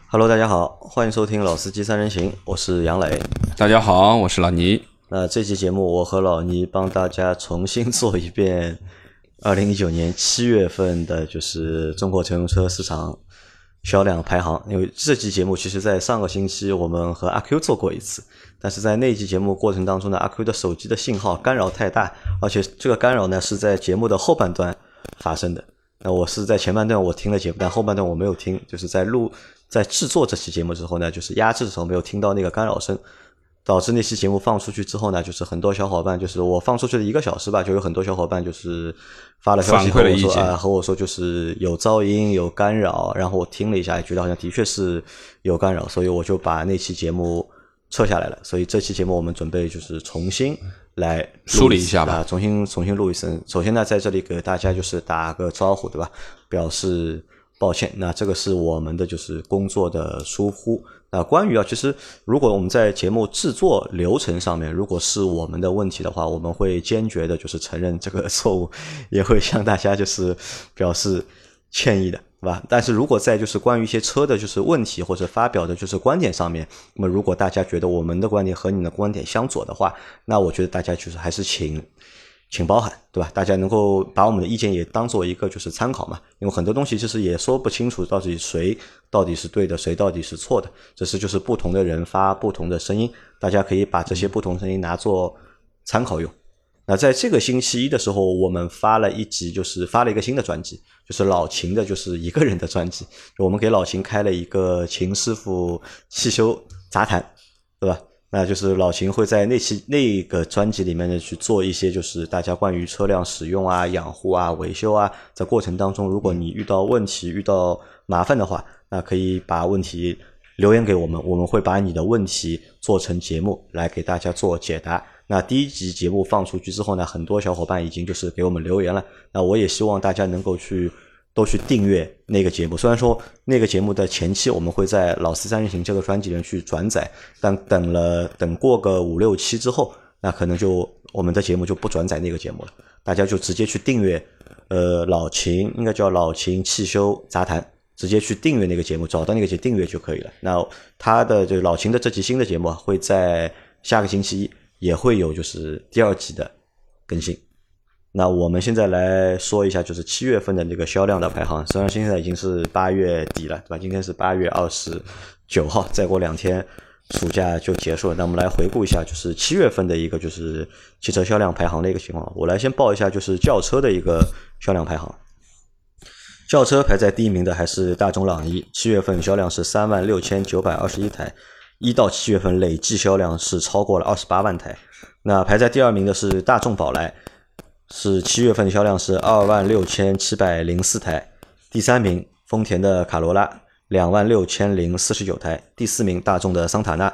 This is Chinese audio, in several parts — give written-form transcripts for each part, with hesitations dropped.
Hello，大家好，欢迎收听老司机三人行，我是杨磊。 大家好，我是老倪。 那这期节目我和老倪帮大家重新做一遍2019年7月份的就是中国乘用车市场销量排行。因为这期节目其实在上个星期我们和阿 Q 做过一次，但是在那期节目过程当中呢，阿 Q 的手机的信号干扰太大，而且这个干扰呢是在节目的后半段发生的。那我是在前半段我听了节目，但后半段我没有听，就是在制作这期节目之后呢，就是压制的时候没有听到那个干扰声，导致那期节目放出去之后呢，就是很多小伙伴，就是我放出去的1个小时吧，就有很多小伙伴就是发了消息和我说就是有噪音有干扰，然后我听了一下，觉得好像的确是有干扰，所以我就把那期节目撤下来了。所以这期节目我们准备就是重新来梳理一下吧， 重新录一次。首先呢，在这里给大家就是打个招呼，对吧？表示抱歉。那这个是我们的就是工作的疏忽。那关于其实如果我们在节目制作流程上面，如果是我们的问题的话，我们会坚决的就是承认这个错误，也会向大家就是表示歉意的，对吧？但是如果在就是关于一些车的就是问题或者发表的就是观点上面，那么如果大家觉得我们的观点和你的观点相左的话，那我觉得大家就是还是请包涵，对吧？大家能够把我们的意见也当做一个就是参考嘛，因为很多东西其实也说不清楚到底谁到底是对的，谁到底是错的，这是就是不同的人发不同的声音，大家可以把这些不同声音拿做参考用。那在这个星期一的时候，我们发了一集，就是发了一个新的专辑，就是老秦的就是一个人的专辑，我们给老秦开了一个秦师傅汽修杂谈，对吧？那就是老秦会在那个专辑里面呢去做一些就是大家关于车辆使用啊、养护啊、维修啊，在过程当中如果你遇到问题遇到麻烦的话，那可以把问题留言给我们，我们会把你的问题做成节目来给大家做解答。那第一集节目放出去之后呢，很多小伙伴已经就是给我们留言了，那我也希望大家能够都去订阅那个节目，虽然说那个节目的前期我们会在老司三人行这个专辑里面去转载，但等过个5、6期之后，那可能就我们的节目就不转载那个节目了，大家就直接去订阅老秦，应该叫老秦汽修杂谈，直接去订阅那个节目，找到那个节目订阅就可以了。那他的这个老秦的这期新的节目会在下个星期一也会有就是第2集的更新。那我们现在来说一下就是7月份的那个销量的排行，虽然现在已经是8月底了，对吧？今天是8月29号，再过2天暑假就结束了。那我们来回顾一下就是7月份的一个就是汽车销量排行的一个情况。我来先报一下就是轿车的一个销量排行。轿车排在第一名的还是大众朗逸，7月份销量是36921台，1到7月份累计销量是超过了28万台。那排在第二名的是大众宝来，是7月份销量是26704台，第3名丰田的卡罗拉26049台，第4名大众的桑塔纳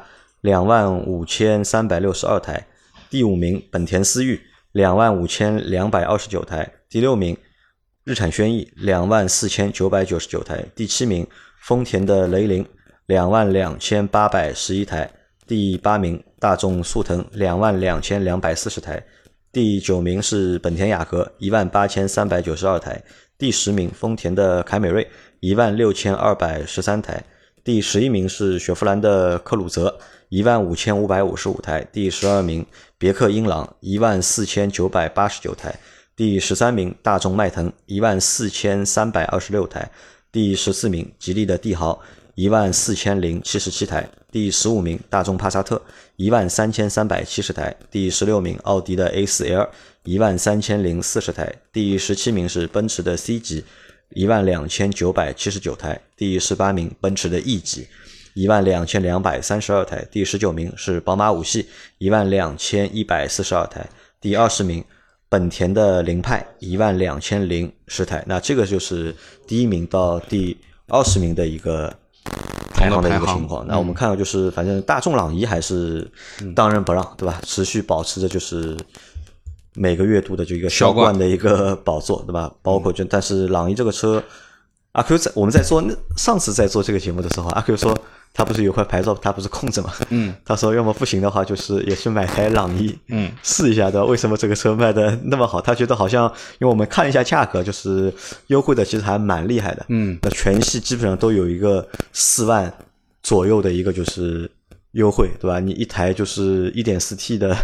25362台，第5名本田思域25229台，第6名日产轩逸24999台，第7名丰田的雷凌22811台，第8名大众速腾22240台，第9名是本田雅阁18392台，第10名丰田的凯美瑞16213台，第11名是雪佛兰的克鲁泽15555台，第12名别克英朗14989台，第13名大众迈腾14326台，第14名吉利的帝豪14077台，第15名大众帕萨特13370台，第16名奥迪的 A4L 13040台，第17名是奔驰的 C 级12979台，第18名奔驰的 E 级12232台，第19名是宝马5系12142台，第20名本田的凌派12010台。那这个就是第1名到第20名的一个排行的一个情况。那我们看到就是反正大众朗逸还是当仁不让，对吧？持续保持着就是每个月度的这个销冠的一个宝座，对吧？包括但是朗逸这个车阿 Q 我们在做上次在做这个节目的时候，阿 Q 说他不是有块牌照，他不是空着嘛？他说要么不行的话，就是也去买台朗逸，试一下的。为什么这个车卖的那么好？他觉得好像，因为我们看一下价格，就是优惠的，其实还蛮厉害的。那全系基本上都有一个4万左右的一个就是优惠，对吧？你一台就是 1.4T 的。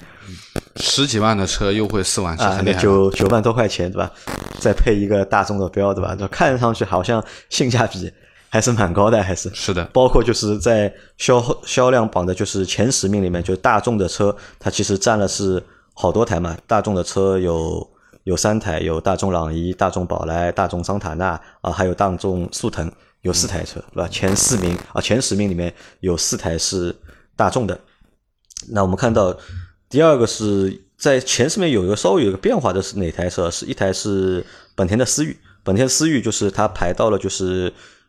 10几万的车优惠4万是很厉害的 ，9万多块钱，对吧？再配一个大众的标，对吧？看上去好像性价比还是蛮高的，还是是的。 包括就是在销量榜的就是前10名里面，就大众的车，它其实占了是好多台嘛。大众的车有3台，有大众朗逸、大众宝来、大众桑塔纳还有大众速腾，有4台车，对吧？前10名里面有4台是大众的。那我们看到第二个是在前10名有一个稍微有一个变化的是哪台车？是一台是本田的思域，本田思域就是它排到了就是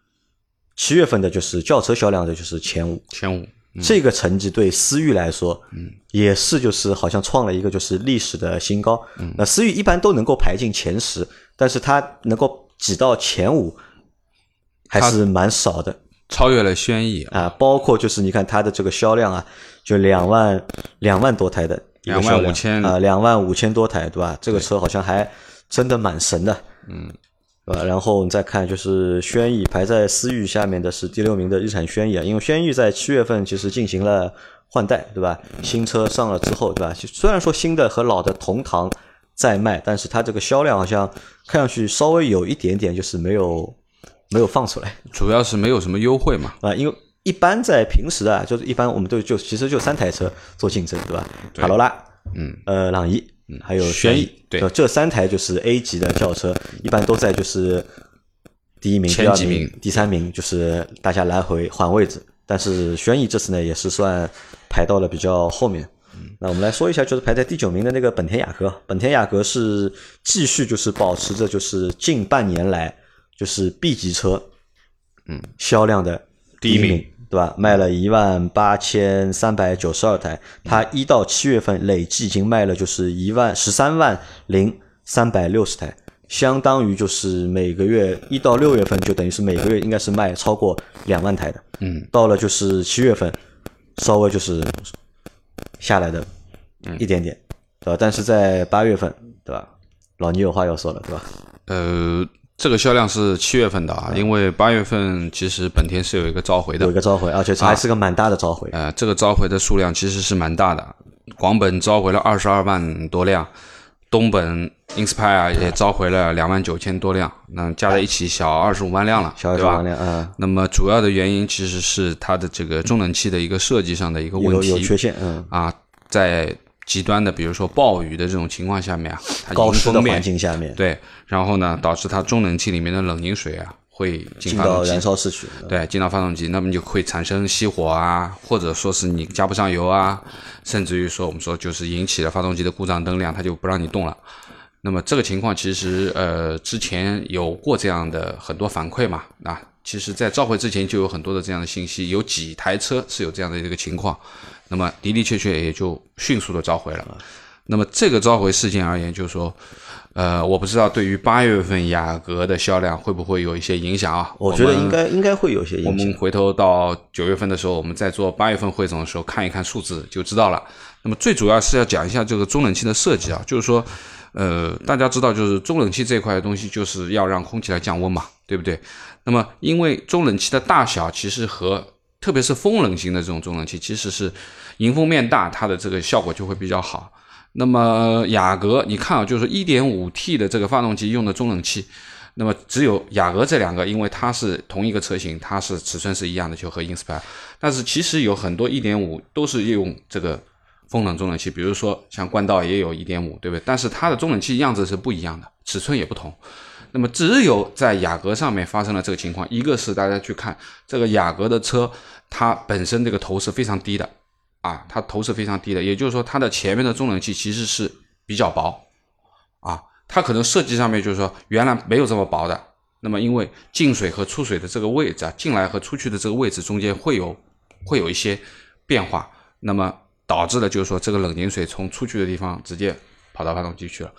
7月份的就是轿车销量的就是前5，这个成绩对思域来说，也是就是好像创了一个就是历史的新高。那思域一般都能够排进前10，但是它能够挤到前5还是蛮少的。 超越了轩逸包括就是你看它的这个销量就2万多台的一个销量，2万5千多台，对吧？这个车好像还真的蛮神的，对吧？然后你再看就是轩逸排在思域下面的是第6名的日产轩逸因为轩逸在7月份其实进行了换代，对吧？新车上了之后，对吧？虽然说新的和老的同堂在卖，但是它这个销量好像看上去稍微有一点点就是没有放出来， 主要是没有什么优惠嘛。 因为一般在平时就是一般我们其实就3台车做竞争，对吧？卡罗拉，朗逸，还有轩逸， 对， 这3台就是 A 级的轿车，一般都在就是第1名、第2名、第3名，就是大家来回换位置。但是轩逸这次呢，也是算排到了比较后面。那我们来说一下，就是排在第9名的那个本田雅阁，本田雅阁是继续就是保持着就是近半年来就是 B 级车，销量的第1名，对吧？卖了18392台，它1到7月份累计已经卖了就是13万0360台，相当于就是每个月1到6月份就等于是每个月应该是卖超过2万台的。到了就是7月份，稍微就是下来的一点点，对吧？但是在8月份，对吧？老倪有话要说了，对吧？ 这个销量是7月份的因为8月份其实本田是有一个召回的， 而且还是个蛮大的召回。 这个召回的数量其实是蛮大的，广本召回了22万多辆，东本 Inspire 也召回了2万9千多辆，那加在一起小25万辆了， 小25万辆那么主要的原因其实是它的这个中冷器的一个设计上的一个问题， 有缺陷， 在极端的比如说暴雨的这种情况下面它高湿的环境下面， 对，然后呢导致它中冷器里面的冷凝水会进到燃烧室去， 对，进到发动机，那么就会产生熄火或者说是你加不上油甚至于说我们说就是引起了发动机的故障灯亮，它就不让你动了。那么这个情况其实之前有过这样的很多反馈嘛，其实在召回之前就有很多的这样的信息，有几台车是有这样的一个情况，那么的的确确也就迅速的召回了。那么这个召回事件而言，就是说我不知道对于8月份雅阁的销量会不会有一些影响我觉得应该会有些影响。 我们回头到9月份的时候，我们在做8月份汇总的时候看一看数字就知道了。那么最主要是要讲一下这个中冷器的设计就是说大家知道就是中冷器这块的东西就是要让空气来降温嘛，对不对？那么因为中冷器的大小其实和特别是风冷型的这种中冷器其实是迎风面大，它的这个效果就会比较好。那么雅阁你看就是 1.5T 的这个发动机用的中冷器，那么只有雅阁这2个，因为它是同一个车型，它是尺寸是一样的，就和 Inspire， 但是其实有很多 1.5 都是用这个风冷中冷器，比如说像冠道也有 1.5 对不对？但是它的中冷器样子是不一样的，尺寸也不同。那么只有在雅阁上面发生了这个情况，一个是大家去看这个雅阁的车，它本身这个头是非常低的它头是非常低的，也就是说它的前面的中冷器其实是比较薄它可能设计上面就是说原来没有这么薄的，那么因为进水和出水的这个位置进来和出去的这个位置中间会有一些变化，那么导致了就是说这个冷凝水从出去的地方直接跑到发动机去了。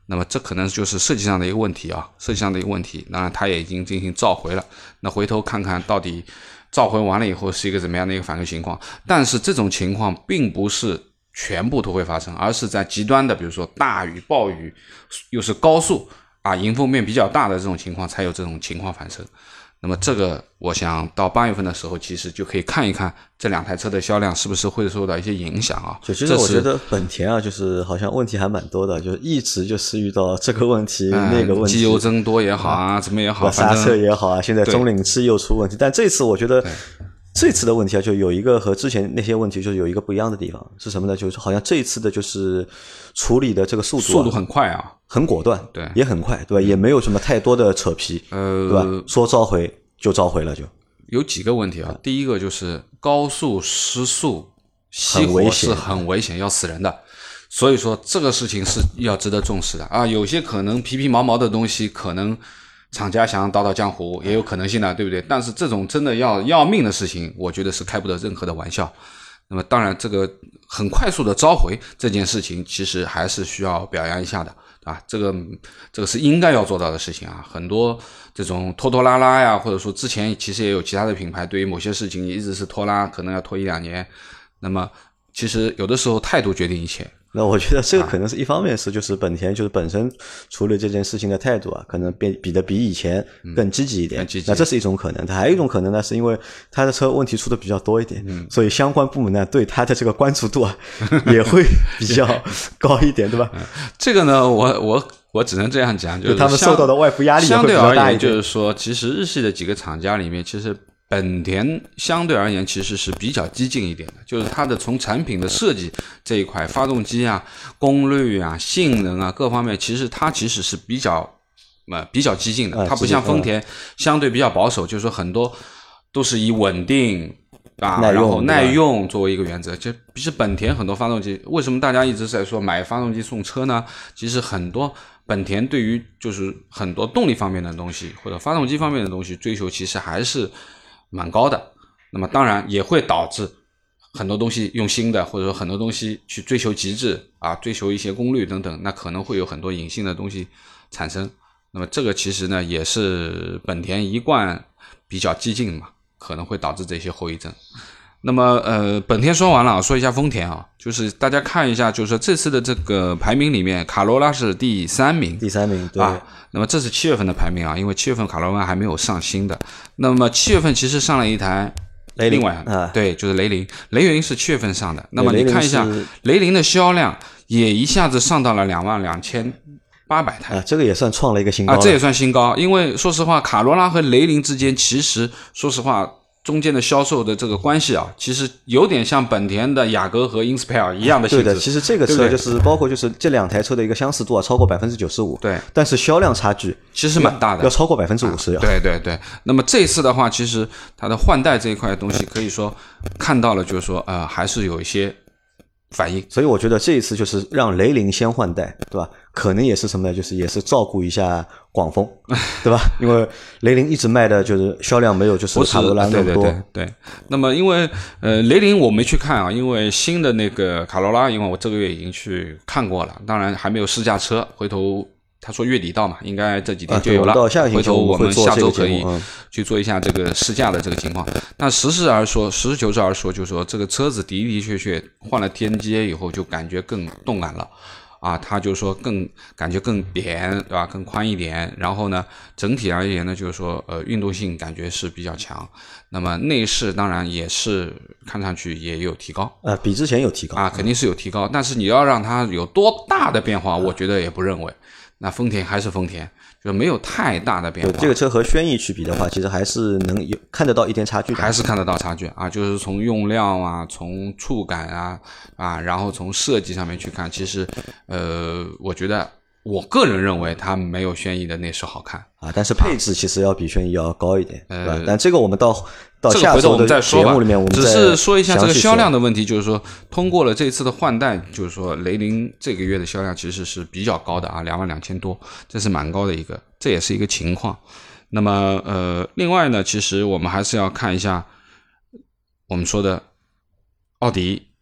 那么这可能就是设计上的一个问题啊，设计上的一个问题。当然，它也已经进行召回了。那回头看看到底召回完了以后是一个怎么样的一个反馈情况。但是这种情况并不是全部都会发生，而是在极端的，比如说大雨、暴雨，又是高速啊，迎风面比较大的这种情况，才有这种情况发生。那么这个我想到8月份的时候，其实就可以看一看这2台车的销量是不是会受到一些影响啊。 其实我觉得本田啊，就是好像问题还蛮多的，就是一直就是遇到这个问题、那个问题， 机油增多也好啊，怎么也好， 刹车也好啊，现在中领器又出问题。但这次我觉得这次的问题啊，就有一个和之前那些问题就是有一个不一样的地方，是什么呢？就是好像这一次的就是处理的这个速度很快啊， 很果断， 对， 也很快，对吧？也没有什么太多的扯皮，对吧？说召回就召回了，就有几个问题啊。第一个就是高速失速熄火是很危险，要死人的。所以说这个事情是要值得重视的啊。有些可能皮皮毛毛的东西，可能厂家想倒江湖也有可能性的，对不对？但是这种真的要命的事情，我觉得是开不得任何的玩笑。那么当然这个很快速的召回这件事情，其实还是需要表扬一下的啊，这个是应该要做到的事情啊。很多这种拖拖拉拉呀，或者说之前其实也有其他的品牌对于某些事情一直是拖拉，可能要拖1-2年。那么其实有的时候态度决定一切。 那我觉得这个可能是一方面是就是本田就是本身处理这件事情的态度啊，可能比以前更积极一点，那这是一种可能。它还有一种可能呢，是因为它的车问题出的比较多一点，所以相关部门呢对它的这个关注度啊也会比较高一点，对吧？ 这个呢，我只能这样讲，就是他们受到的外部压力也会比较大一点。 相对而言，就是说，其实日系的几个厂家里面，其实本田相对而言其实是比较激进一点的，就是它的从产品的设计这一块，发动机啊、功率啊、性能啊各方面，其实是比较激进的。它不像丰田相对比较保守，就是说很多都是以稳定啊，然后耐用作为一个原则。其实本田很多发动机，为什么大家一直在说买发动机送车呢？其实很多本田对于就是很多动力方面的东西或者发动机方面的东西追求其实还是蛮高的。那么当然也会导致很多东西用新的，或者说很多东西去追求极致啊，追求一些功率等等，那可能会有很多隐性的东西产生。那么这个其实呢也是本田一贯比较激进嘛，可能会导致这些后遗症。那么本田说完了，说一下丰田啊，就是大家看一下，就是说这次的这个排名里面，卡罗拉是第3名， 对啊。那么这是7月份的排名啊，因为7月份卡罗拉还没有上新的。那么7月份其实上了一台另外对，就是雷凌是7月份上的。那么你看一下雷凌的销量也一下子上到了22,800台这个也算创了一个新高这也算新高。因为说实话，卡罗拉和雷凌之间其实说实话中间的销售的这个关系啊，其实有点像本田的雅阁和 Inspire 一样的性质。 对的，其实这个车就是包括就是这2台车的一个相似度啊，超过 95%。 对， 但是销量差距其实蛮大的， 要超过 50%。 对。那么这一次的话，其实它的换代这一块的东西，可以说看到了，就是说还是有一些反应。 所以我觉得这一次就是让雷凌先换代，对吧？可能也是什么呢？就是也是照顾一下广丰，对吧？因为雷凌一直卖的就是销量没有就是卡罗拉那么多。 对。那么因为雷凌我没去看啊，因为新的那个卡罗拉，因为我这个月已经去看过了，当然还没有试驾车，回头他说月底到嘛，应该这几天就有了。回头我们下周可以去做一下这个试驾的这个情况。但实事求是而说，就是说这个车子的确换了 TNGA 以后，就感觉更动感了。他就说感觉更扁，对吧？更宽一点。然后呢，整体而言呢，就是说运动性感觉是比较强。那么内饰当然也是看上去也有提高比之前有提高肯定是有提高。但是你要让它有多大的变化，我觉得也不认为。那丰田还是丰田，就没有太大的变化。 这个车和轩逸去比的话，其实还是能看得到一点差距的， 还是看得到差距就是从用料啊，从触感然后从设计上面去看，其实我觉得我个人认为它没有轩逸的内饰好看但是配置其实要比轩逸要高一点，对吧？但这个我们到下周的节目里面，我们只是说一下这个销量的问题，就是说通过了这次的换代，就是说雷凌这个月的销量其实是比较高的22,000多，这是蛮高的这也是一个情况。那么另外呢，其实我们还是要看一下我们说的奥迪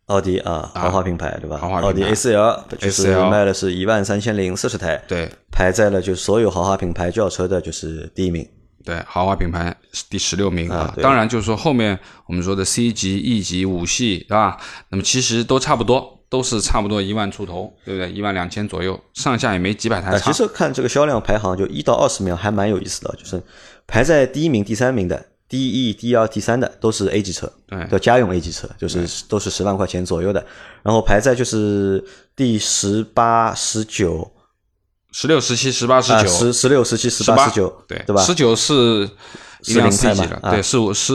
奥迪啊，豪华品牌对吧？ 豪华品牌奥迪 A4L 就是卖的是13040台， 对， 排在了就所有豪华品牌轿车的就是第1名。 对，豪华品牌第16名啊。 对， 当然就是说后面我们说的 C 级、E 级、5系，对吧？那么其实都差不多，都是差不多1万出头，对不对？12000左右，上下也没几百台差。 其实看这个销量排行，就1到20名还蛮有意思的，就是排在第1名、第3名的。第1、第2、第3的都是 A 级车，对，家用 A 级车，就是都是10万块钱左右的。然后排在就是第18、19、 16、17、18、19、 16、17、18、19，对吧 ？19是一辆 C 级了， 对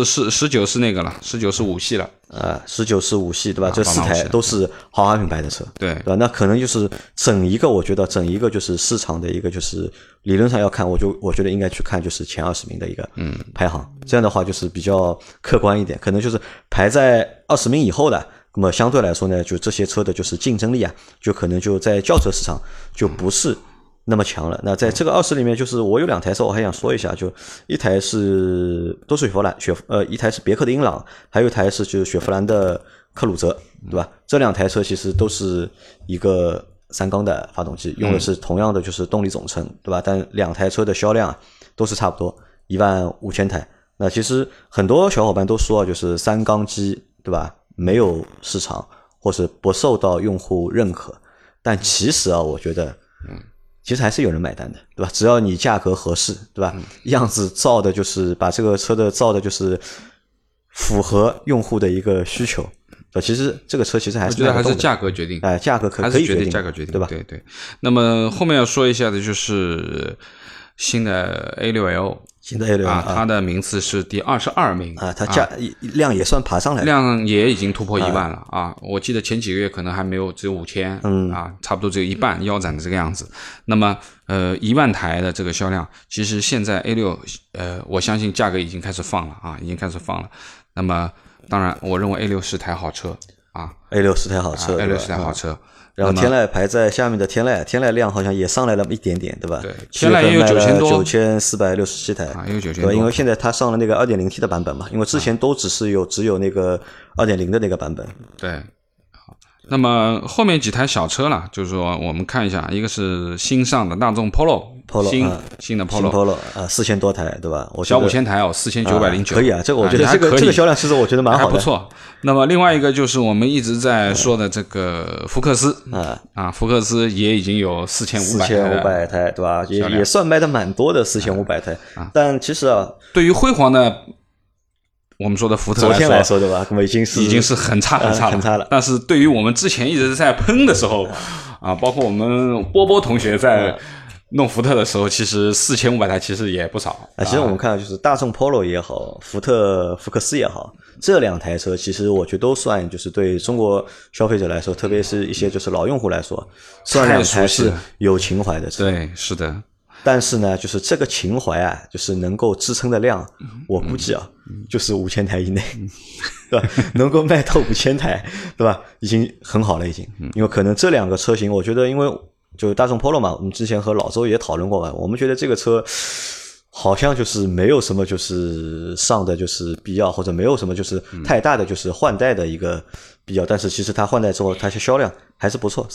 ，19是那个了，19是5系了。 19是5系，对吧？这4台都是豪华品牌的车， 对吧？那可能就是我觉得整一个就是市场的一个就是理论上要看，我觉得应该去看就是前20名的一个排行，这样的话就是比较客观一点，可能就是排在20名以后的，那么相对来说呢，就这些车的就是竞争力啊，就可能就在轿车市场就不是那么强了。那在这个20里面，就是我有2台车，我还想说一下，就一台都是一台是别克的英朗，还有一台是就是雪佛兰的克鲁泽，对吧？这2台车其实都是一个3缸的发动机，用的是同样的就是动力总成，对吧？但2台车的销量都是差不多15000台。那其实很多小伙伴都说，就是3缸机，对吧？没有市场，或是不受到用户认可。但其实我觉得，其实还是有人买单的，对吧？只要你价格合适，对吧？样子造的就是把这个车的造的就是符合用户的一个需求。其实这个车其实还是我觉得还是价格决定， 价格可以决定， 价格决定， 对吧？ 对。那么后面要说一下的就是新的 A6L。 新的 A6L 它的名次是第22名它量也算爬上来了， 量也已经突破1万了啊！我记得前几个月可能还没有，只有5000，差不多只有一半腰斩的这个样子。那么1万台的这个销量，其实现在 A6 我相信价格已经开始放了啊，已经开始放了。那么当然，我认为 A6 是台好车啊 ，A6 是台好车 ，A6 是台好车。 然后天籁排在下面的天籁量好像也上来了一点点，对吧？ 对，天籁也有9000多 ，9467台也有9000多。 因为现在它上了那个 2.0T 的版本嘛，因为之前都只有那个2.0的那个版本。 对。那么后面几台小车了，就是说我们看一下，一个是新上的大众 Polo 新的 Polo 4000多台，对吧？ 小5000台4909， 可以啊，这个我觉得这个销量其实我觉得蛮好的， 还不错。那么另外一个就是我们一直在说的这个福克斯福克斯也已经有4500 台，对吧？也算卖的蛮多的4500台，但其实对于辉煌的。我们说的福特昨天来说对吧？那么已经是很差了。但是对于我们之前一直在喷的时候包括我们波同学在弄福特的时候，其实4500台其实也不少其实我们看到就是大众 Polo 也好，福克斯也好，这2台车其实我觉得都算就是对中国消费者来说，特别是一些就是老用户来说，算2台是有情怀的车。 对，是的。 但是呢，就是这个情怀就是能够支撑的量，我估计就是5000台以内，对吧？能够卖到5000台，对吧？已经很好了，已经。因为可能这2个车型，我觉得因为就大众 Polo 嘛，我们之前和老周也讨论过嘛，我们觉得这个车好像就是没有什么就是上的就是必要，或者没有什么就是太大的就是换代的一个必要。但是其实它换代之后，它销量还是不错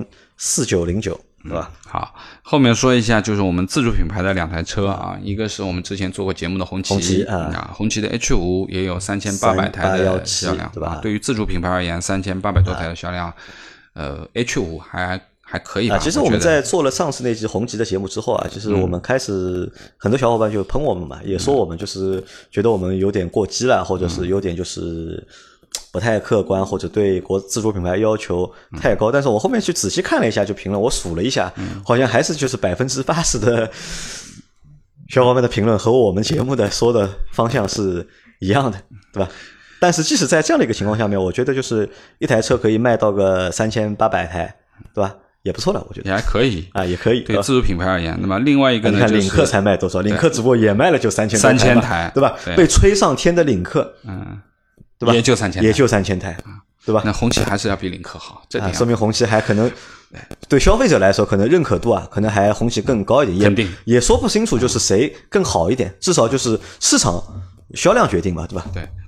，4909。对吧？ 好，后面说一下就是我们自主品牌的2台车一个是我们之前做过节目的红旗红旗的 H5 也有3800台的销量， 对吧？ 对于自主品牌而言，3800多台的销量，H5 还可以吧？ 其实我们在做了上次那集红旗的节目之后其实我们开始很多小伙伴就喷我们嘛，也说我们就是觉得我们有点过激了，或者是有点就是不太客观，或者对自主品牌要求太高。但是我后面去仔细看了一下，就评论我数了一下，好像还是就是80%的小伙伴的评论和我们节目的说的方向是一样的，对吧？但是即使在这样的一个情况下面，我觉得就是一台车可以卖到个3800台，对吧？也不错了，我觉得也还可以也可以。 对自主品牌而言，那么另外一个呢， 你看领克才卖多少？领克只不过也卖了就3000 台， 对吧？被吹上天的领克，对吧？ 也就3000 台，对吧？ 那红旗还是要比领克好，这点说明红旗还可能对消费者来说，可能认可度可能还红旗更高一点， 肯定也说不清楚就是谁更好一点，至少就是市场销量决定嘛，对吧？ 对，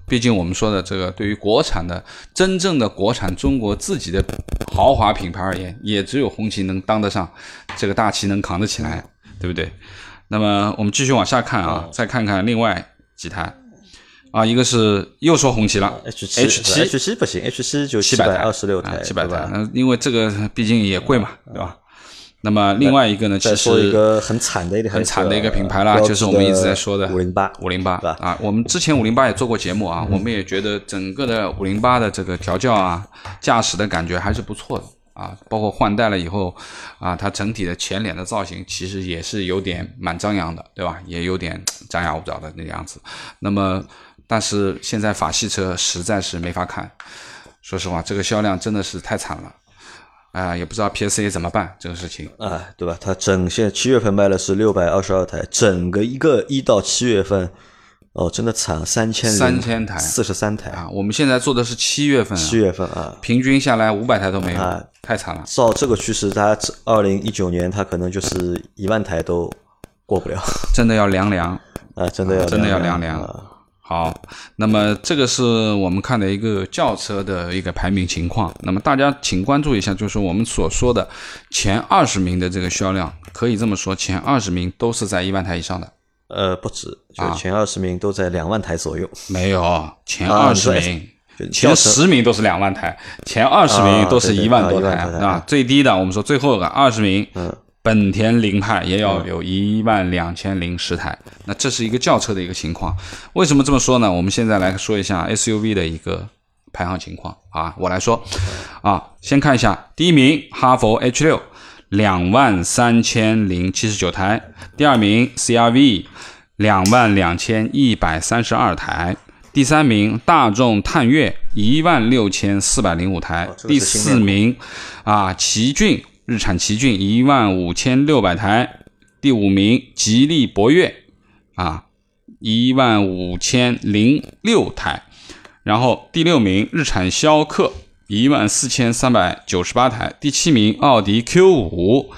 毕竟我们说的这个对于国产的真正的国产中国自己的豪华品牌而言，也只有红旗能当得上，这个大旗能扛得起来，对不对？那么我们继续往下看啊，再看看另外几台啊，一个是又说红旗了 H7 不行 ，H7 就726台 ，700台，因为这个毕竟也贵嘛，对吧？那么另外一个呢，其实说一个很惨的一个品牌啦，就是我们一直在说的 508 啊。我们之前508也做过节目啊，我们也觉得整个的508的这个调教啊、驾驶的感觉还是不错的啊。包括换代了以后啊，它整体的前脸的造型其实也是有点蛮张扬的，对吧？也有点张牙舞爪的那个样子。那么，但是现在法系车实在是没法看，说实话，这个销量真的是太惨了。也不知道 PSA 怎么办这个事情对吧？它整现7月份卖的是622台，整个1到7月份，真的惨，3000台43台啊！我们现在做的是7月份啊， 平均下来500台都没有太惨了。 照这个趋势，它2019年它可能就是1万台都过不了， 真的要凉真的要凉。好，那么这个是我们看的一个轿车的一个排名情况。那么大家请关注一下，就是我们所说的前20名的这个销量，可以这么说，前20名都是在1万台以上的。 不止，就前20名都在2万台左右。 没有，前20名，前10名都是2万台，前20名都是1万多台啊。最低的我们说最后20名，本田凌派也要有12010台，那这是一个轿车的一个情况。为什么这么说呢？我们现在来说一下 SUV 的一个排行情况啊。我来说先看一下第一名哈弗 H6 23079台，第二名 CR-V 22132台，第三名大众探岳16405台，第四名日产奇骏15600台，第五名吉利博越15006台，然后第六名日产逍客14398台，第七名奥迪 Q5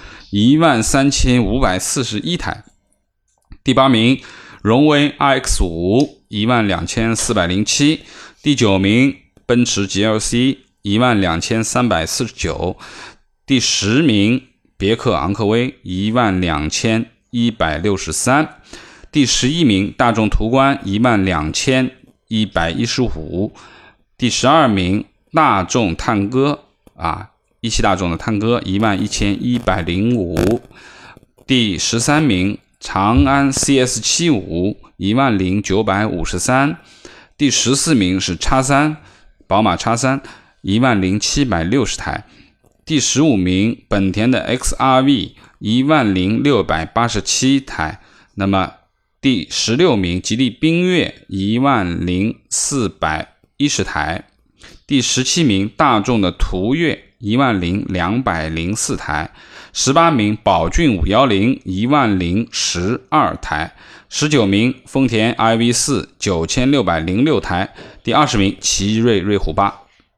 13541台，第八名荣威 RX5 12407，第九名奔驰 GLC 12349，第10名别克昂科威12163，第11名大众途观12115，第12名大众探歌一汽大众的探歌11105，第13名长安 CS75 10953，第14名是宝马 X3 10760台，第15名本田的 XR-V 10687台，那么第16名吉利缤越10410台，第17名大众的途岳10204台，18名宝骏510 10012台，19名丰田 iV4 9606台，第20名奇瑞瑞虎8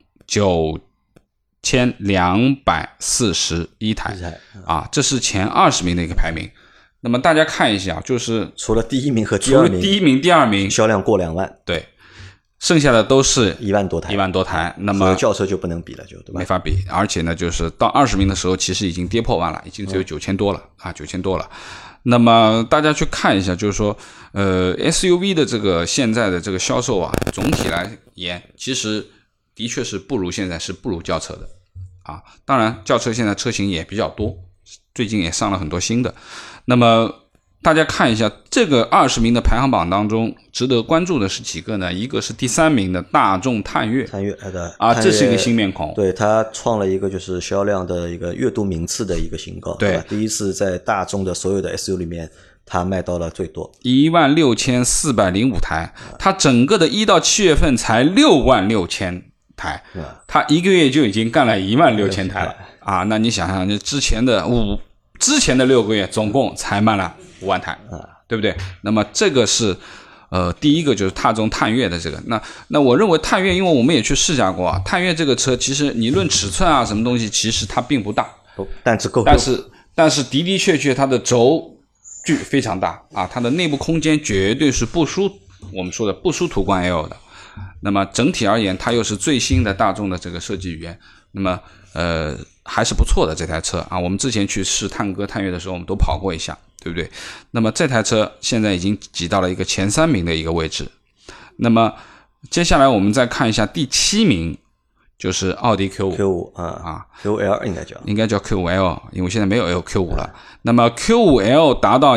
9241台这是前20名的一个排名。那么大家看一下，就是除了第一名和第二名， 第一名、第二名销量过2万， 对，剩下的都是 1万多台， 那么和轿车就不能比了，对吧？ 没法比。而且呢，就是到20名的时候，其实已经跌破万了，已经只有9000多了9000多了。那么大家去看一下，就是说SUV 的这个现在的这个销售总体来言，其实的确是不如轿车的当然轿车现在车型也比较多，最近也上了很多新的。那么大家看一下这个20名的排行榜当中，值得关注的是几个呢？一个是第3名的大众探岳这是一个新面孔， 对，它创了一个就是销量的一个月度名次的一个新高，对吧？第一次在大众的所有的 SUV 里面，它卖到了最多 16405台，它整个的1到7月份才66000台，它一个月就已经干了16000台了那你想想，之前的6个月总共才卖了5万台，对不对？那么这个是第一个就是大众探岳的这个。那我认为探岳，因为我们也去试驾过探岳这个车其实你论尺寸什么东西，其实它并不大， 但是够用， 但是的确它的轴距非常大它的内部空间绝对是我们说的不输途观 L 的那么整体而言，它又是最新的大众的这个设计语言，那么还是不错的这台车啊。我们之前去试探歌探岳的时候，我们都跑过一下，对不对？那么这台车现在已经挤到了一个前3名的一个位置。那么接下来我们再看一下第7名。就是奥迪 Q5 Q5L 应该叫 Q5L， 因为现在没有 Q5 了。那么 Q5L 达到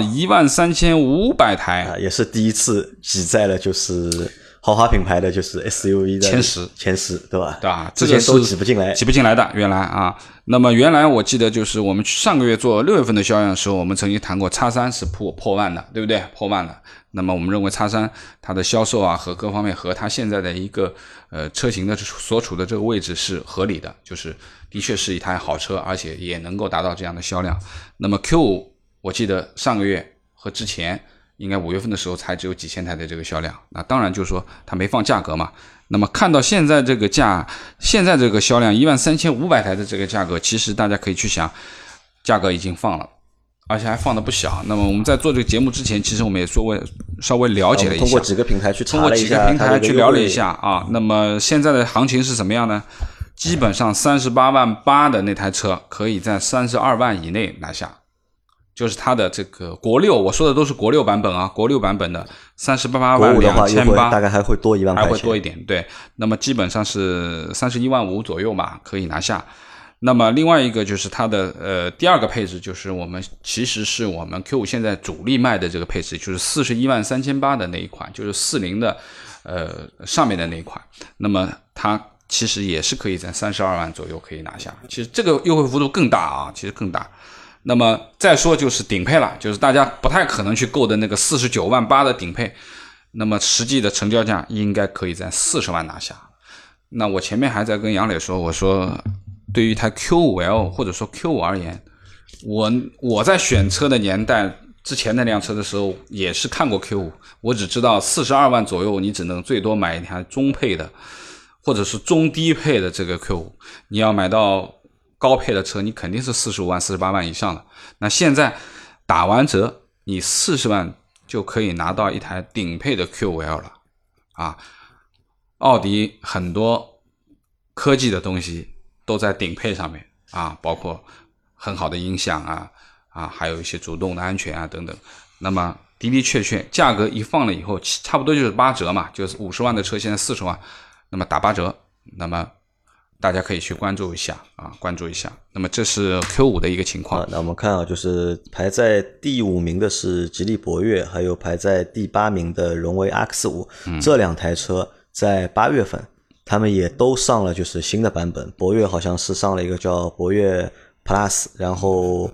13500台， 也是第一次挤在了就是豪华品牌的就是 SUV 的前十，对吧？ 对吧？ 之前都挤不进来的，原来啊。那么原来我记得就是我们上个月做6月份的销量的时候，我们曾经谈过 X3 是破万的，对不对？破万的。那么我们认为 X3 它的销售啊和各方面和它现在的一个车型的所处的这个位置是合理的，就是的确是一台好车，而且也能够达到这样的销量。那么 Q5 我记得上个月和之前应该5月份的时候才只有几千台的这个销量，那当然就是说它没放价格嘛。那么看到现在这个销量13500台的这个价格，其实大家可以去想，价格已经放了，而且还放的不小。那么我们在做这个节目之前，其实我们也稍微了解了一下， 通过几个平台去查了一下， 通过几个平台去聊了一下啊。那么现在的行情是怎么样呢？基本上38.8万的那台车可以在32万以内拿下，就是它的这个国六，我说的都是国六版本啊，国六版本的38万2800， 大概还会多1万块钱， 还会多一点，对。那么基本上是31万5左右吧，可以拿下。那么另外一个就是它的第二个配置，就是其实是我们 Q5 现在主力卖的这个配置，就是41万3800的那一款，就是40的上面的那一款。那么它其实也是可以在32万左右可以拿下，其实这个优惠幅度更大啊，其实更大。那么再说就是顶配了，就是大家不太可能去购的那个49万8的顶配，那么实际的成交价应该可以在40万拿下。那我前面还在跟杨磊说，我说对于一台 Q5L 或者说 Q5 而言，我在选车的年代之前那辆车的时候也是看过 Q5， 我只知道42万左右你只能最多买一台中配的或者是中低配的这个 Q5， 你要买到高配的车你肯定是45万48万以上的。那现在打完折你40万就可以拿到一台顶配的 Q5L 了啊！奥迪很多科技的东西都在顶配上面啊，包括很好的音响啊，还有一些主动的安全啊等等。那么的确价格一放了以后差不多就是8折嘛，就是50万的车现在40万，那么打8折，那么大家可以去关注一下。那么这是 Q5 的一个情况。 那我们看啊，就是排在第5名的是吉利博越，还有排在第8名的荣威 RX5，这两台车在8月份他们也都上了就是新的版本。博越好像是上了一个叫博越 Plus， 然后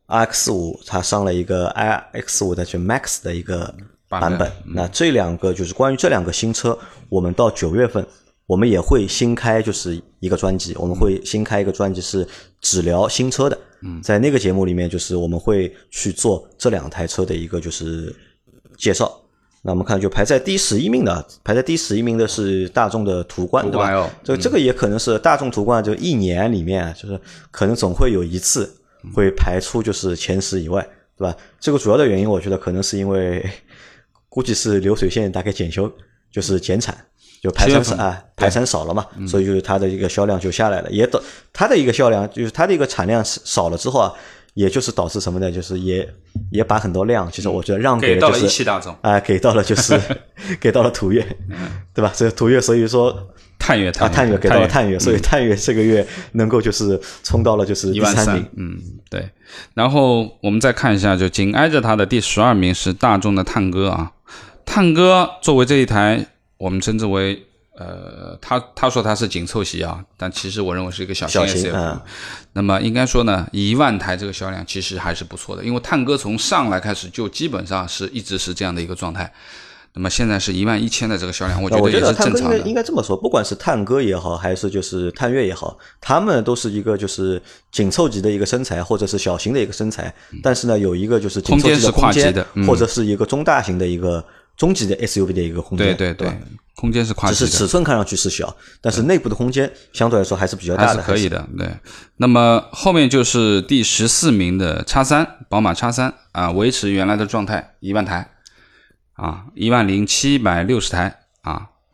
RX5 它上了一个 RX5 的就 Max 的一个版本。那这两个就是关于这两个新车，我们到9月份我们也会新开就是一个专辑，我们会新开一个专辑是只聊新车的。在那个节目里面就是我们会去做这两台车的一个就是介绍。那我们看就排在第11名的是大众的途观，对吧？这个也可能是大众途观就一年里面就是可能总会有一次会排出就是前10以外，对吧？这个主要的原因我觉得可能是因为估计是流水线大概检修就是减产，就排产少了嘛，所以就是它的一个销量就下来了，它的一个销量就是它的一个产量少了之后啊，也就是导致什么呢？就是也把很多量，其实我觉得让给了就是给到了一汽大众给到了就是给到了途岳，对吧？这途岳所以说探岳给到了探岳，所以探岳这个月能够就是冲到了就是第3名。 对。然后我们再看一下，就紧挨着它的第12名是大众的探歌啊。探歌作为这一台我们称之为他说它是紧凑型啊，但其实我认为是一个小型 SUV。那么应该说呢，1万台这个销量其实还是不错的，因为探歌从上来开始就基本上是一直是这样的一个状态。那么现在是11000的这个销量，我觉得也是正常的。 应该这么说，不管是探歌也好，还是就是探岳也好，他们都是一个就是紧凑级的一个身材，或者是小型的一个身材，但是呢有一个就是紧凑级的空间或者是一个中大型的一个中级的 SUV 的一个空间。 对，空间是跨级的， 只是尺寸看上去是小，但是内部的空间相对来说还是比较大的， 还是可以的。对，那么后面就是第14名的 X3， 宝马 X3 啊，维持原来的状态，1万台啊，10760台啊。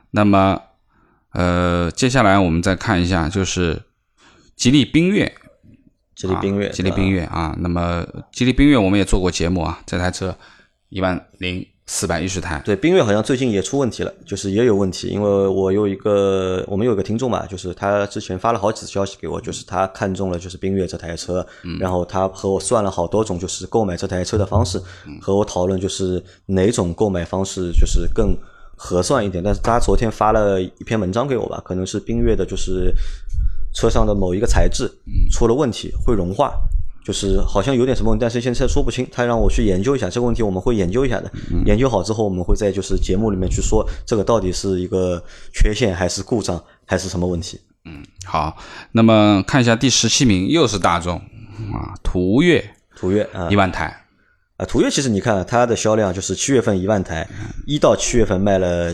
那么接下来我们再看一下，就是吉利缤越。吉利缤越啊，那么吉利缤越我们也做过节目啊，这台车10410台。 对，缤越好像最近也出问题了，就是也有问题，因为我们有一个听众嘛，就是他之前发了好几次消息给我，就是他看中了就是缤越这台车，然后他和我算了好多种就是购买这台车的方式，和我讨论就是哪种购买方式就是更合算一点。但是他昨天发了一篇文章给我吧，可能是缤越的就是车上的某一个材质出了问题，会融化，就是好像有点什么问题，但是现在说不清。他让我去研究一下这个问题，我们会研究一下的。研究好之后，我们会在就是节目里面去说这个到底是一个缺陷还是故障还是什么问题。 好，那么看一下第17名，又是大众啊，途岳1万台。 途岳其实你看它的销量就是7月份1万台，1到7月份卖了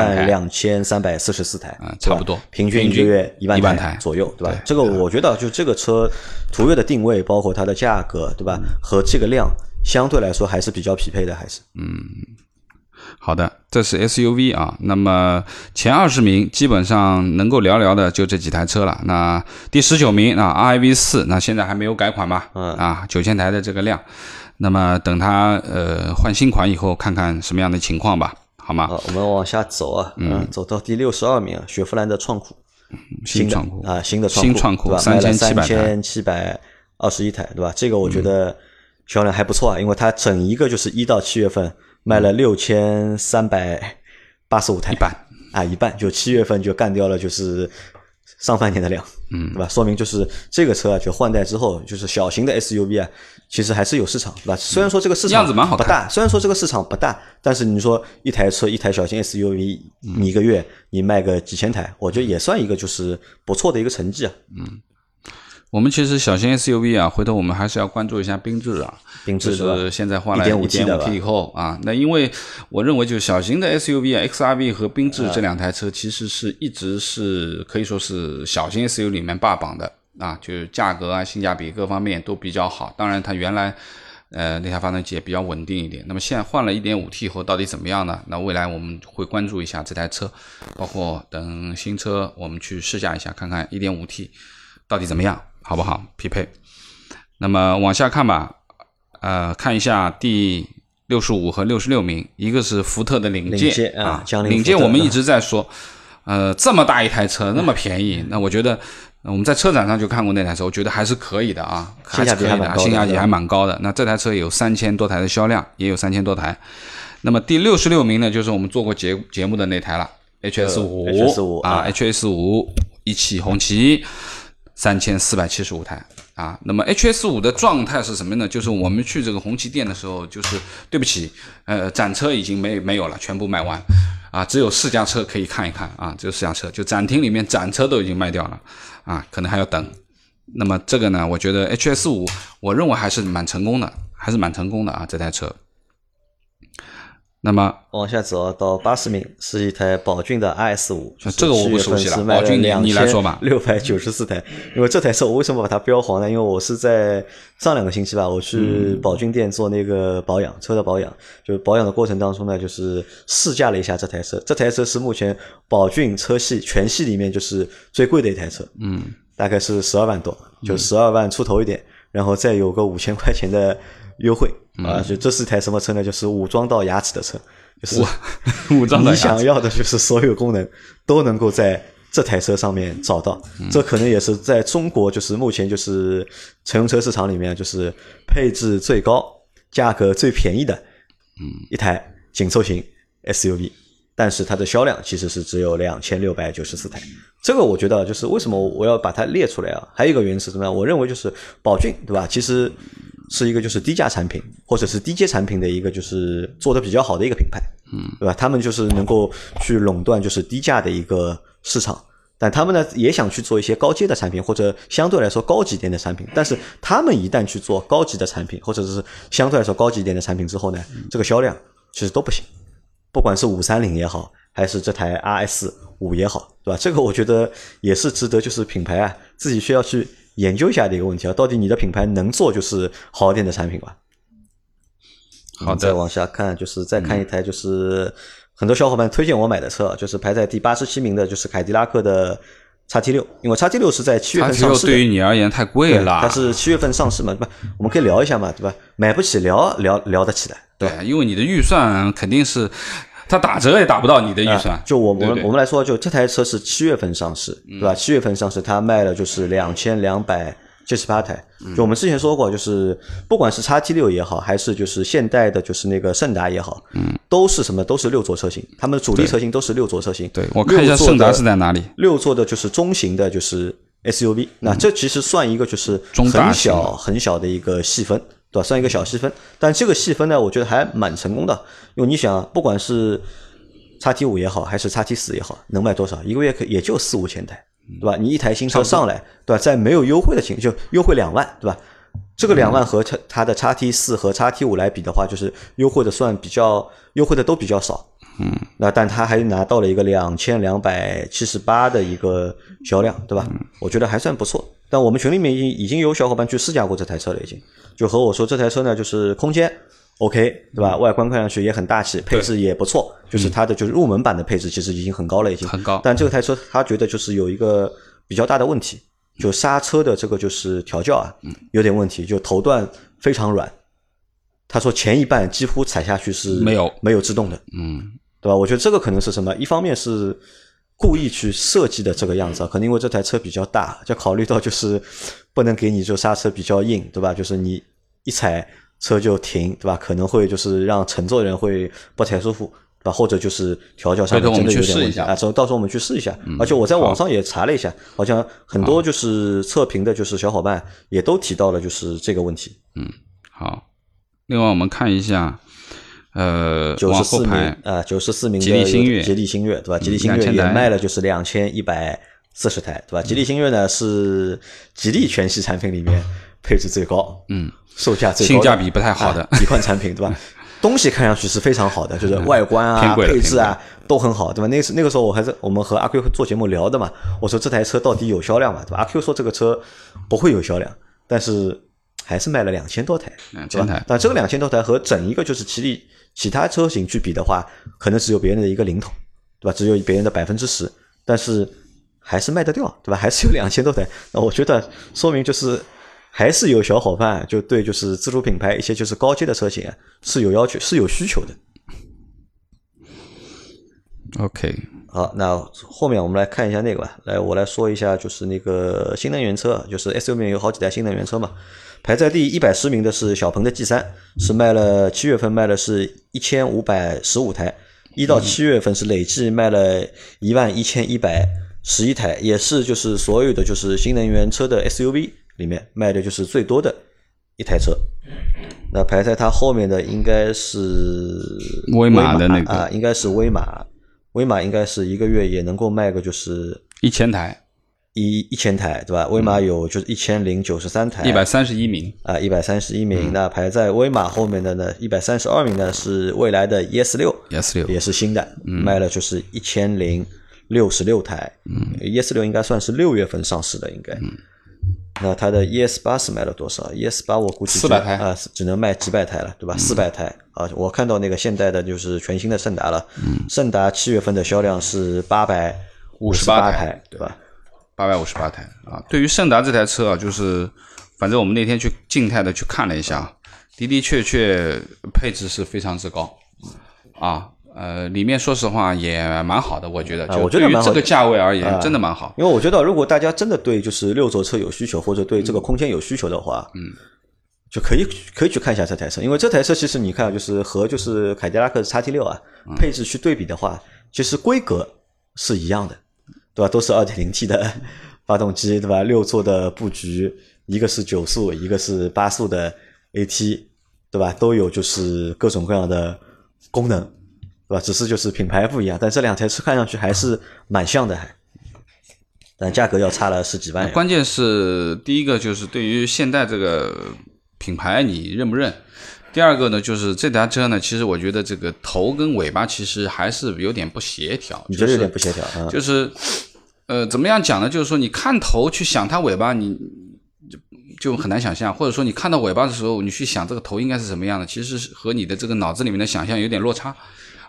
72344台， 差不多， 平均一个月1万台左右，对吧？这个我觉得就这个车途岳的定位，包括它的价格，对吧？和这个量相对来说还是比较匹配的，还是。 好的，这是 SUV 啊。那么前20名基本上能够聊的就这几台车了。那第19名RIV4，那现在还没有改款吧？9000台的这个量。那么等它换新款以后，看看什么样的情况吧，好吗？ 我们往下走啊，走到第62名，雪佛兰的创酷， 新创酷新的创酷， 对吧？卖了3721台，对吧？这个我觉得销量还不错啊，因为它整一个就是1到7月份卖了6385台，一半，就7月份就干掉了就是上半年的量，对吧？说明就是这个车就换代之后，就是小型的 SUV 啊，其实还是有市场，对吧？虽然说这个市场样子蛮好看， 不大，但是你说一台车一台小型 SUV，你一个月你卖个几千台，我觉得也算一个就是不错的一个成绩啊。 我们其实小型 SUV 啊，回头我们还是要关注一下缤智啊，就是现在换了 1.5T 以后啊，那因为我认为就是小型的 SUV 啊 XRV 和缤智这两台车其实是一直是可以说是小型 SUV 里面霸榜的啊，就是价格啊性价比各方面都比较好。当然它原来那台发动机也比较稳定一点，那么现在换了 1.5T 以后到底怎么样呢？那未来我们会关注一下这台车，包括等新车我们去试驾一下，看看 1.5T 到底怎么样，好不好匹配。那么往下看吧，看一下第65和66名，一个是福特的领界啊，领界我们一直在说这么大一台车那么便宜，那我觉得我们在车展上就看过那台车，我觉得还是可以的啊，还是可以的，性价比还蛮高的。那这台车有3000多台的销量，也有3000多台。那么第66名呢，就是我们做过节目的那台了， HS5 啊 HS5 一汽红旗3475台啊。那么 HS5 的状态是什么呢？就是我们去这个红旗店的时候，就是对不起，展车已经没有了，全部卖完啊，只有试驾车可以看一看啊，只有试驾车，就展厅里面展车都已经卖掉了啊，可能还要等。那么这个呢，我觉得 HS5 我认为还是蛮成功的啊，这台车。那么往下走到80名是一台宝骏的 RS5， 这个我不熟悉了，宝骏你来说吧。 694台，因为这台车我为什么把它标黄呢？因为我是在上2个星期吧，我去宝骏店做那个保养，车的保养，就保养的过程当中呢，就是试驾了一下这台车。这台车是目前宝骏车系全系里面就是最贵的一台车，大概是12万多，就12万出头一点，然后再有个5000块钱的优惠啊！就这是一台什么车呢？就是武装到牙齿的车，就是武装到牙齿， 你想要的就是所有功能都能够在这台车上面找到。这可能也是在中国就是目前就是乘用车市场里面就是配置最高、价格最便宜的一台紧凑型 SUV。但是它的销量其实是只有2694台，这个我觉得就是为什么我要把它列出来啊？还有一个原因是什么样？我认为就是宝骏，对吧？其实是一个就是低价产品或者是低阶产品的一个就是做得比较好的一个品牌，对吧？他们就是能够去垄断就是低价的一个市场，但他们呢也想去做一些高阶的产品或者相对来说高级一点的产品，但是他们一旦去做高级的产品或者是相对来说高级一点的产品之后呢，这个销量其实都不行。不管是530也好，还是这台 RS5 也好，对吧？这个我觉得也是值得就是品牌啊自己需要去研究一下的一个问题啊，到底你的品牌能做就是好一点的产品吧？ 好的， 再往下看就是再看一台就是很多小伙伴推荐我买的车，就是排在第87名的，就是凯迪拉克的 XT6， 因为 XT6 是在7月份上市的。 XT6 对于你而言太贵了， 它是7月份上市嘛，对吧？我们可以聊一下嘛，对吧？买不起聊得起来， 对，因为你的预算肯定是。它打折也打不到你的预算。 就我们来说，就这台车是7月份上市，对吧？7月份上市，它卖了就是2278台。就我们之前说过，就是不管是 XT6 也好，还是就是现代的，就是那个胜达也好，都是什么？都是6座车型，他们的主力车型都是6座车型。 对，我看一下胜达是在哪里 ？6座的就是中型的，就是 SUV。那这其实算一个就是很小的一个细分。对吧？算一个小细分，但这个细分呢，我觉得还蛮成功的。因为你想，不管是 XT5 也好，还是 XT4 也好，能卖多少？一个月也就4-5千台，对吧？你一台新车上来，对吧？在没有优惠的情况，就优惠2万，对吧？这个2万和它的 XT4 和 XT5 来比的话，就是优惠的都比较少。那但它还拿到了一个2278的一个销量，对吧？我觉得还算不错。但我们群里面已经有小伙伴去试驾过这台车了，已经就和我说这台车呢，就是空间 OK， 对吧？外观看上去也很大气，配置也不错，就是它的就是入门版的配置其实已经很高了，已经很高。 但这台车他觉得就是有一个比较大的问题，就刹车的这个就是调教啊，有点问题，就头段非常软。他说前一半几乎踩下去是没有制动的，对吧？我觉得这个可能是什么？一方面是故意去设计的这个样子，可能因为这台车比较大，就考虑到就是不能给你就刹车比较硬，对吧？就是你一踩车就停，对吧？可能会就是让乘坐人会不太舒服，对吧？或者就是调教上面真的有点问题啊。到时候我们去试一下。而且我在网上也查了一下，好像很多就是测评的就是小伙伴也都提到了就是这个问题。 好。另外我们看一下往后排 94名的吉利星越，对吧？吉利星越也卖了就是2140台，对吧？吉利星越呢是吉利全系产品里面配置最高，售价最高的， 性价比不太好的一款产品，对吧？东西看上去是非常好的，就是外观啊、配置啊都很好，对吧？那个时候我们和阿 Q 做节目聊的嘛，我说这台车到底有销量吗？对吧？阿 Q 说这个车不会有销量，但是还是卖了2000多台，2000台。但这个2000多台和整一个就是吉利其他车型去比的话，可能只有别人的一个零头，对吧？只有别人的10%，但是还是卖得掉，对吧？还是有2000多台。那我觉得说明就是还是有小伙伴就对就是自主品牌一些就是高阶的车型是有要求、是有需求的。 OK， 好，那后面我们来看一下那个吧。我来说一下就是那个新能源车，就是 SUV 里面有好几台新能源车嘛。排在第110名的是小鹏的 G3， 是7月份卖的是1515台，1到7月份是累计卖了11111台，也是就是所有的就是新能源车的 SUV 里面卖的就是最多的一台车。那排在它后面的应该是威马的那个应该是威马应该是一个月也能够卖个就是 1000台。 1000台，对吧？威马有就是1093台 ，131名 131名。那排在威马后面的呢，132名呢是蔚来的 ES6， 也是新的，卖了就是1066台。ES6 应该算是6月份上市的，应该。那它的 ES8 是卖了多少 ？ES8 我估计 400台只能卖几百台了，对吧？400台啊！我看到那个现代的就是全新的胜达了，胜达7月份的销量是858台，对吧 ？858台啊！对于胜达这台车啊，就是反正我们那天去静态的去看了一下，的确配置是非常之高啊。里面说实话也蛮好的，我觉得就对于这个价位而言，真的蛮好。 因为我觉得如果大家真的对就是6座车有需求，或者对这个空间有需求的话，就可以去看一下这台车。因为这台车其实你看就是和就是凯迪拉克 XT6 啊配置去对比的话，其实规格是一样的。对吧？都是 2.0T 的发动机，对吧？6座的布局，一个是9速，一个是8速的 AT， 对吧？都有就是各种各样的功能，对吧？只是就是品牌不一样，但这两台车看上去还是蛮像的，但价格要差了10几万。 关键是第一个就是对于现代这个品牌你认不认？第二个呢，就是这台车呢，其实我觉得这个头跟尾巴其实还是有点不协调。 你觉得有点不协调？ 就是怎么样讲呢？就是说你看头去想它尾巴，你就很难想象，或者说你看到尾巴的时候，你去想这个头应该是什么样的，其实和你的这个脑子里面的想象有点落差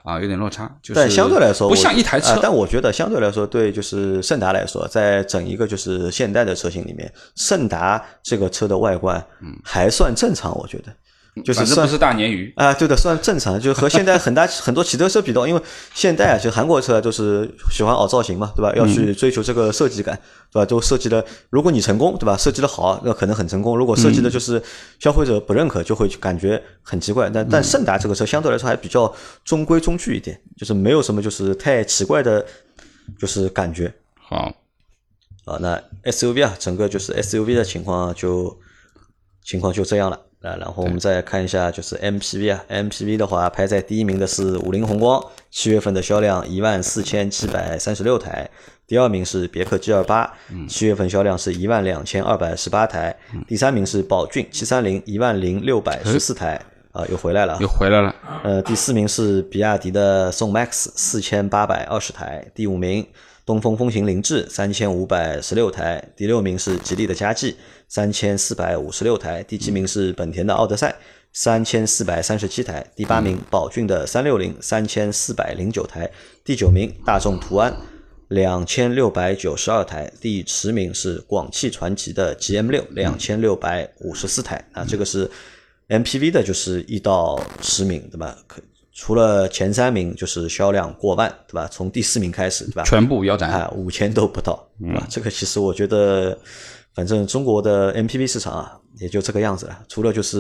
啊，有点落差，就是但相对来说不像一台车。 但我觉得相对来说，对就是胜达来说，在整一个就是现代的车型里面，胜达这个车的外观还算正常，我觉得。就是反正不是大鲶鱼啊，对的，算正常，就和现在很多汽车车比到，因为现代就韩国车都是喜欢凹造型嘛，对吧？要去追求这个设计感，对吧？都设计的，如果你成功，对吧？设计的好，那可能很成功；如果设计的就是消费者不认可，就会感觉很奇怪。但胜达这个车相对来说还比较中规中矩一点，就是没有什么就是太奇怪的，就是感觉。 好， 那 SUV 啊，整个就是 SUV 的情况就这样了。然后我们再看一下就是 MPV 啊 ，MPV 的话排在第一名的是五菱宏光，7月份的销量14736台，第二名是别克 G28，7月份销量是12218台，第三名是宝骏730，10614台，又回来了，第四名是比亚迪的宋 MAX4820台，第五名东风风行凌志3516台，第六名是吉利的嘉际3456台，第七名是本田的奥德赛3437台，第八名宝骏的3603409台，第九名大众途安2692台，第10名是广汽传祺的 GM6 2654台。这个是 MPV 的就是1到10名，对吧？除了前3名就是销量过万，对吧？从第4名开始，对吧？ 全部腰斩 5000都不到，对吧？这个其实我觉得，反正中国的 MPV 市场啊，也就这个样子了。除了就是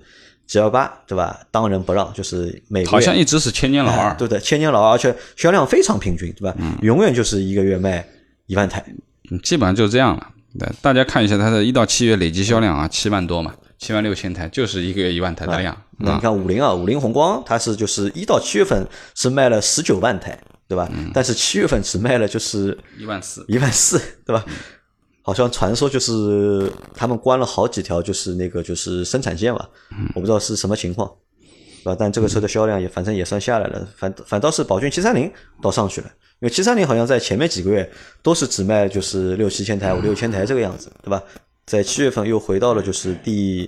G28，对吧？当仁不让，就是每个月好像一直是千年老二， 对的，千年老二，而且销量非常平均，对吧？永远就是一个月卖1万台， 基本上就这样了。对，大家看一下它的1到7月累计销量啊，7万多嘛。76000台，就是一个月1万台的量。 那你看五菱宏光，它是就是1到7月份是卖了19万台，对吧？但是7月份只卖了就是14000，对吧？好像传说就是他们关了好几条就是那个就是生产线嘛，我不知道是什么情况，对吧？但这个车的销量反正也算下来了，反倒是宝骏730倒上去了，因为730好像在前面几个月都是只卖就是6-7000台、5-6000台这个样子，对吧？在7月份又回到了就是第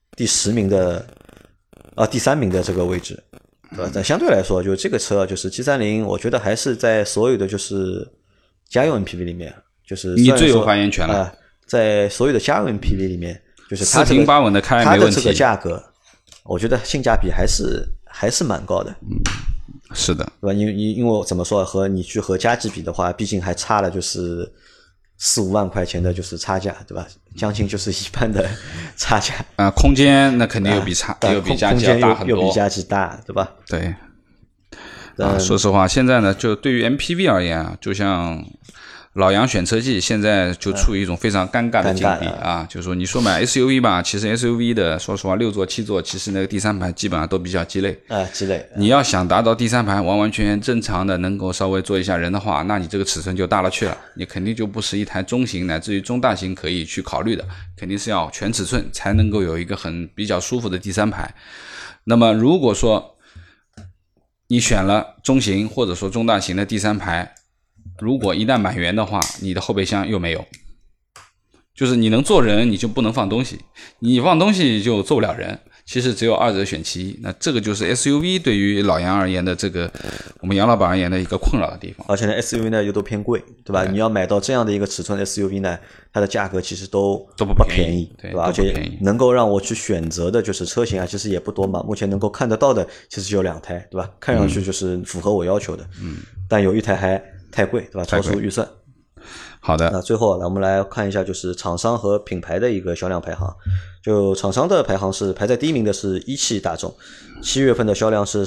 10名的第3名的这个位置，对吧？但相对来说，就这个车就是730，我觉得还是在所有的就是家用 MPV 里面，就是你最有发言权了。 在所有的家用 MPV 里面，就是它四平八稳的开， 它的这个价格，我觉得性价比还是蛮高的。 是的， 对吧？因为怎么说，和你去和嘉际比的话，毕竟还差了就是4-5万块钱的就是差价，对吧？将近就是一半的差价空间那肯定又比嘉际要大很多， 又比嘉际大，对吧？ 对。说实话，现在呢，就对于 MPV 而言啊，就像老杨选车季现在就处于一种非常尴尬的境地啊，就是说你说买 SUV 吧，其实 SUV 的说实话6座7座，其实那个第三排基本上都比较鸡肋鸡肋。 你要想达到第三排完完全全正常的能够稍微坐一下人的话，那你这个尺寸就大了去了，你肯定就不是一台中型乃至于中大型可以去考虑的，肯定是要全尺寸才能够有一个比较舒服的第三排。那么如果说你选了中型或者说中大型的第三排，如果一旦满员的话，你的后备箱又没有，就是你能坐人你就不能放东西，你放东西就坐不了人，其实只有二者选其一。那这个就是 SUV 对于老杨而言的这个我们杨老板而言的一个困扰的地方。 而且呢 SUV 呢又都偏贵，对吧？你要买到这样的一个尺寸的 SUV 呢，它的价格其实都不便宜，对吧？而且能够让我去选择的就是车型啊，其实也不多嘛。目前能够看得到的其实就有2台，对吧？看上去就是符合我要求的，但有一台还太贵，对吧？超出预算。 好的， 那最后我们来看一下就是厂商和品牌的一个销量排行。就厂商的排行是排在第一名的是一汽大众，7月份的销量是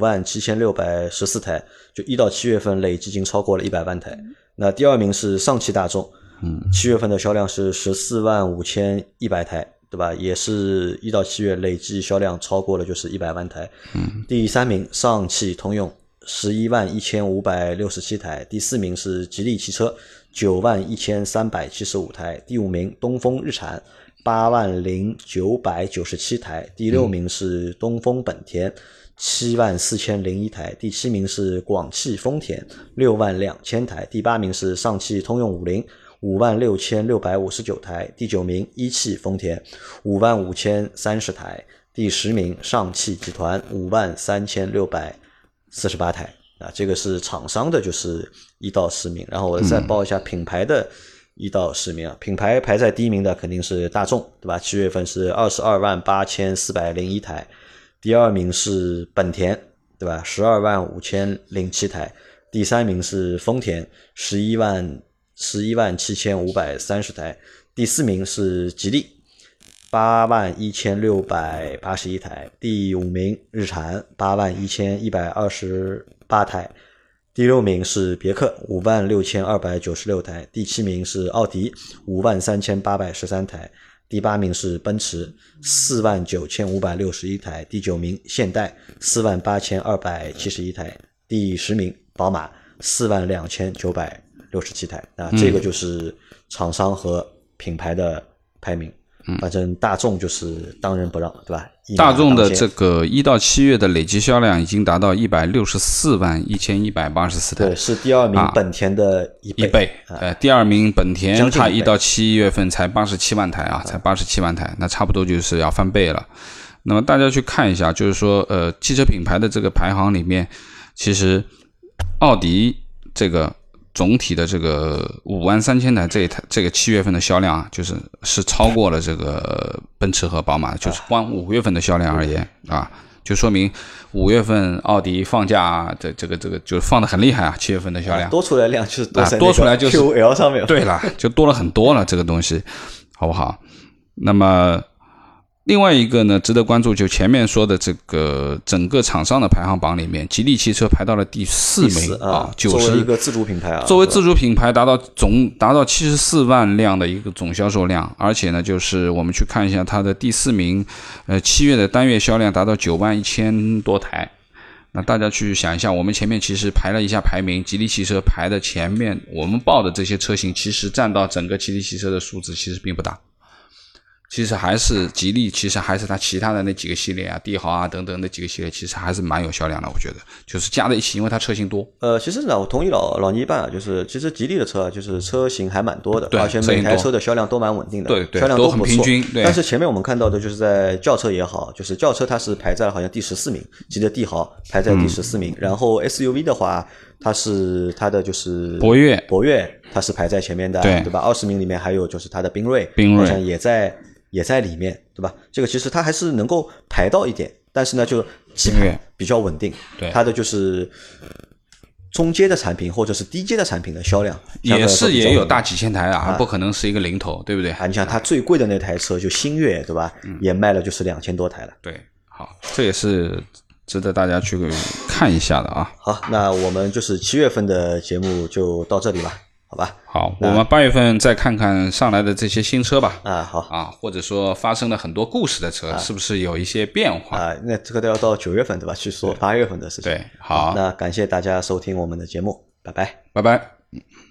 157614台，就1到7月份累计已经超过了100万台。那第二名是上汽大众，7月份的销量是145100台，对吧？也是1到7月累计销量超过了就是100万台。第三名上汽通用111567台，第四名是吉利汽车91375台，第五名东风日产80997台，第六名是东风本田74001台，第七名是广汽丰田62000台，第八名是上汽通用5056659台，第九名一汽丰田55030台，第10名上汽集团53600 48台啊，这个是厂商的就是1到10名，然后我再报一下品牌的1到10名啊。品牌排在第一名的肯定是大众，对吧？7月份是228401台，第二名是本田，对吧？125007台，第三名是丰田，117530台，第四名是吉利，81681台，第五名日产81128台，第六名是别克56296台，第七名是奥迪53813台，第八名是奔驰49561台，第九名现代48271台，第十名宝马42967台。这个就是厂商和品牌的排名。反正大众就是当仁不让，对吧？ 大众的这个1到7月的累计销量已经达到1641184台， 对，是第二名本田的一倍。 第二名本田它1到7月份才87万台啊，才87万台，那差不多就是要翻倍了。那么大家去看一下，就是说汽车品牌的这个排行里面，其实奥迪这个总体的这个53000台这个7月份的销量啊，是超过了这个奔驰和宝马，就是光5月份的销量而言啊，就说明5月份奥迪放假的这个就放得很厉害啊，7月份的销量多出来量就是多出来就是 QL 上面， 对了，就多了很多了这个东西，好不好？那么另外一个呢，值得关注，就前面说的这个整个厂商的排行榜里面，吉利汽车排到了第4名啊， 作为一个自主品牌啊， 作为自主品牌达到74万辆的一个总销售量，而且呢，就是我们去看一下它的第4名，7月的单月销量达到91000多台。那大家去想一下，我们前面其实排了一下排名，吉利汽车排的前面，我们报的这些车型其实占到整个吉利汽车的数字其实并不大。其实还是吉利，其实还是它其他的那几个系列啊，帝豪啊等等那几个系列，其实还是蛮有销量的，我觉得就是加在一起，因为它车型多。 其实呢，我同意老倪一半啊，就是其实吉利的车就是车型还蛮多的， 对， 而且每台车的销量都蛮稳定的， 对， 销量都不错。 很平均。对。 但是前面我们看到的就是在轿车也好，就是轿车它是排在好像第14名，吉利帝豪排在第14名，然后 SUV 的话，它的就是博越它是排在前面的，对吧？20名里面还有就是它的缤瑞好像也在里面，对吧？这个其实它还是能够排到一点，但是呢，就基本比较稳定。 对， 它的就是中阶的产品或者是低阶的产品的销量也有大几千台啊，不可能是一个零头，对不对？ 你像它最贵的那台车就星越，对吧？也卖了就是2000多台了。 对，好，这也是值得大家去看一下的啊。 好，那我们就是7月份的节目就到这里吧。好吧， 好，我们8月份再看看上来的这些新车吧。 好啊，或者说发生了很多故事的车，是不是有一些变化啊？那这个都要到9月份对吧？去说8月份的事情。 对，好， 那感谢大家收听我们的节目，拜拜， 拜拜。